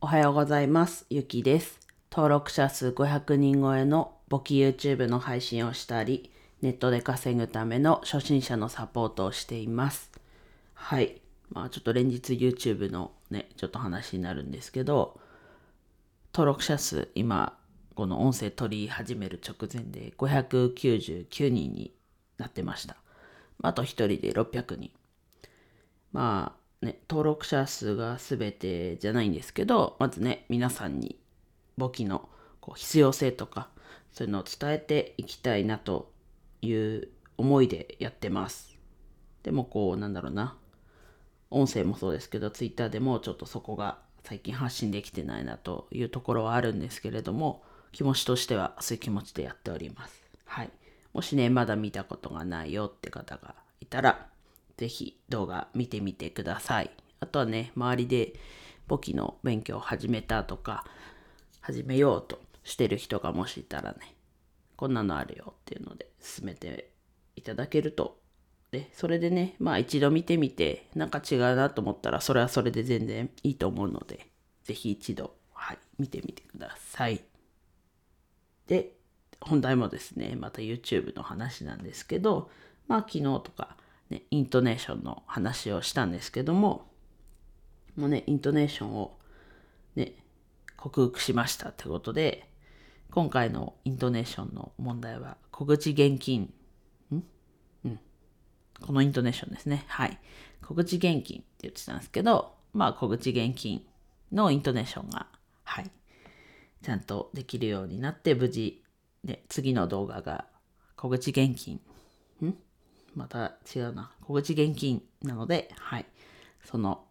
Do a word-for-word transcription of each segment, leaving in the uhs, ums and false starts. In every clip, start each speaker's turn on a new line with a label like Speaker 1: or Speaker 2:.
Speaker 1: おはようございます。ゆきです。登録者数ごひゃくにん超えの簿記 YouTube の配信をしたり、ネットで稼ぐための初心者のサポートをしています。はい。まあちょっと連日 YouTube のね、ちょっと話になるんですけど、登録者数今、この音声取り始める直前でごひゃくきゅうじゅうきゅうにんになってました。あとひとりでろっぴゃくにん。まあね、登録者数が全てじゃないんですけど、まずね、皆さんに簿記のこう必要性とか、そういうのを伝えていきたいなという思いでやってます。でもこう、なんだろうな、音声もそうですけど、ツイッターでもちょっとそこが最近発信できてないなというところはあるんですけれども、気持ちとしてはそういう気持ちでやっております。はい。もしね、まだ見たことがないよって方がいたら、ぜひ動画見てみてください。あとはね、周りで簿記の勉強を始めたとか、始めようとしてる人がもしいたらね、こんなのあるよっていうので進めていただけると、で、それでね、まあ一度見てみて、なんか違うなと思ったら、それはそれで全然いいと思うので、ぜひ一度、はい、見てみてください。で、本題もですね、また YouTube の話なんですけど、まあ昨日とか、ね、イントネーションの話をしたんですけども、もうね、イントネーションをね、克服しましたってことで、今回のイントネーションの問題は、小口現金、んうん。このイントネーションですね。はい。小口現金って言ってたんですけど、まあ、小口現金のイントネーションが、はい。ちゃんとできるようになって、無事、で、次の動画が、小口現金。んまた違うな。小口現金なので、はい。その、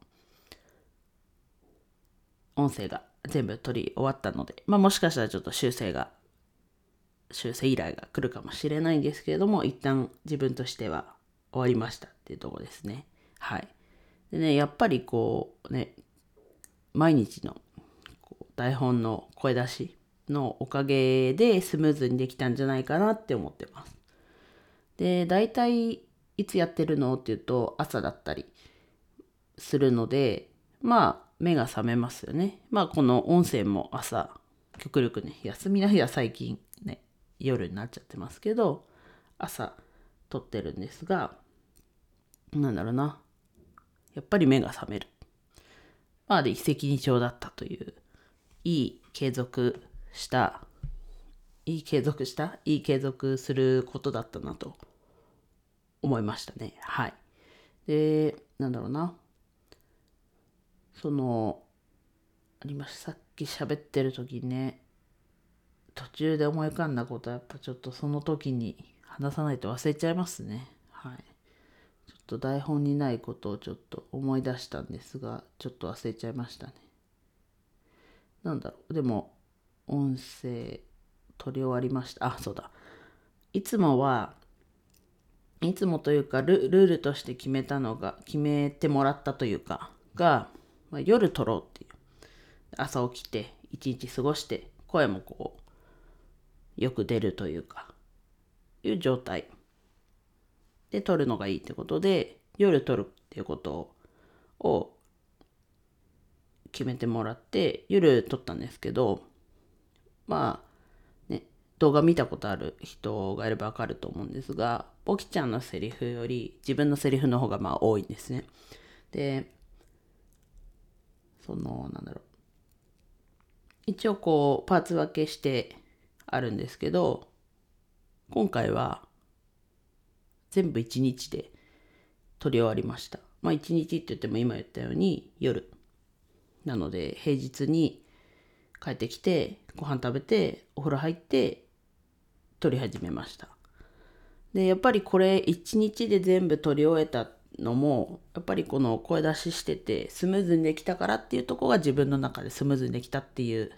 Speaker 1: 音声が全部取り終わったので、まあ、もしかしたらちょっと修正が、修正依頼が来るかもしれないんですけれども、一旦自分としては終わりましたっていうところですね。はい。でね、やっぱりこうね、毎日のこう台本の声出しのおかげでスムーズにできたんじゃないかなって思ってます。で、大体いつやってるのっていうと朝だったりするので、まあ目が覚めますよね。まあこの音声も朝、極力ね、休みの日は最近ね、夜になっちゃってますけど、朝撮ってるんですが、なんだろうな。やっぱり目が覚める。まあで一石二鳥だったという、いい継続した、いい継続したいい継続することだったなと思いましたね。はい。で、なんだろうな。その、ありました。さっき喋ってる時にね、途中で思い浮かんだことはやっぱちょっとその時に話さないと忘れちゃいますね。はい。ちょっと台本にないことをちょっと思い出したんですが、ちょっと忘れちゃいましたね。なんだろう。でも、音声取り終わりました。あ、そうだ。いつもは、いつもというかル、ルールとして決めたのが、決めてもらったというか、が、まあ、夜撮ろうっていう。朝起きて、一日過ごして、声もこう、よく出るというか、いう状態で撮るのがいいってことで、夜撮るっていうことを決めてもらって、夜撮ったんですけど、まあ、ね、動画見たことある人がいればわかると思うんですが、ボキちゃんのセリフより自分のセリフの方がまあ多いんですね。で、その、なんだろう。一応こう、パーツ分けしてあるんですけど、今回は全部一日で撮り終わりました。まあ一日って言っても今言ったように夜。なので平日に帰ってきて、ご飯食べて、お風呂入って撮り始めました。で、やっぱりこれ一日で全部撮り終えたのも、やっぱりこの声出ししててスムーズにできたからっていうところが自分の中でスムーズにできたっていう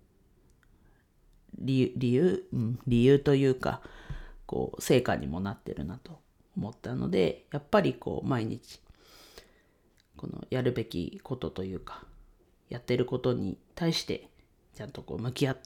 Speaker 1: 理由、理由、うん、理由というか、こう、成果にもなってるなと思ったので、やっぱりこう、毎日、このやるべきことというか、やってることに対して、ちゃんとこう、向き合って、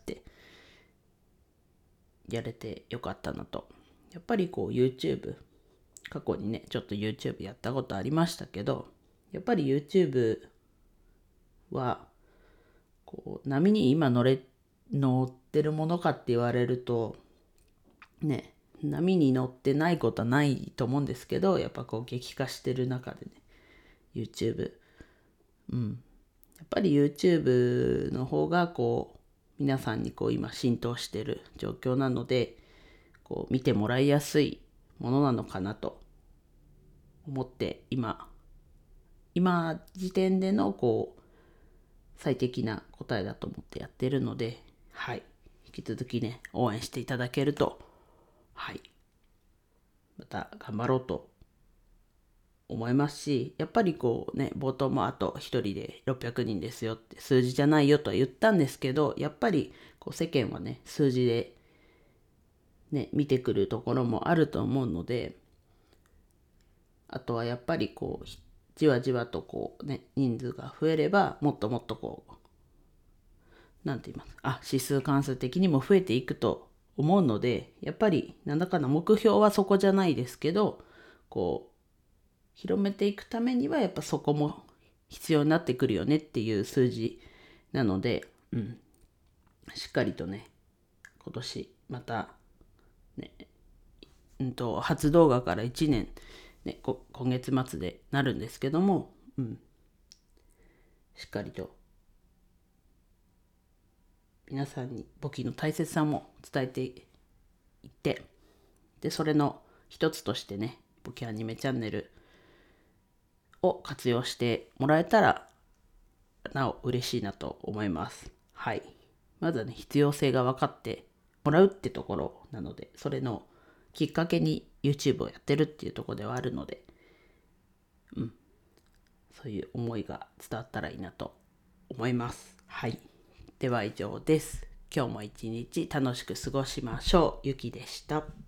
Speaker 1: やれてよかったなと。やっぱりこう、YouTube、過去にね、ちょっと YouTube やったことありましたけど、やっぱり YouTube は、 こう波に今乗れ乗ってるものかって言われるとね、波に乗ってないことはないと思うんですけど、やっぱこう激化してる中でね、YouTube、うん、やっぱり YouTube の方がこう皆さんにこう今浸透してる状況なので、こう見てもらいやすいものなのかなと思って今今時点でのこう最適な答えだと思ってやってるので、はい、引き続きね応援していただけると、はい、また頑張ろうと思いますし、やっぱりこうね、冒頭もあとひとりでろっぴゃくにんですよって数字じゃないよとは言ったんですけど、やっぱりこう世間はね数字でね見てくるところもあると思うので、あとはやっぱりこうじわじわとこうね人数が増えればもっともっとこうなんて言いますあ指数関数的にも増えていくと思うので、やっぱりなんだかの目標はそこじゃないですけど、こう広めていくためにはやっぱそこも必要になってくるよねっていう数字なので、うん、しっかりとね今年またね、うんと初動画からいちねん、ね、今月末でなるんですけども、うん、しっかりと皆さんに簿記の大切さも伝えていって、でそれの一つとしてね簿記アニメチャンネルを活用してもらえたらなお嬉しいなと思います。はい。まずはね必要性が分かってもらうってところなので、それのきっかけに YouTube をやってるっていうところではあるので、うん、そういう思いが伝わったらいいなと思います。はい。では以上です。今日も一日楽しく過ごしましょう。ゆきでした。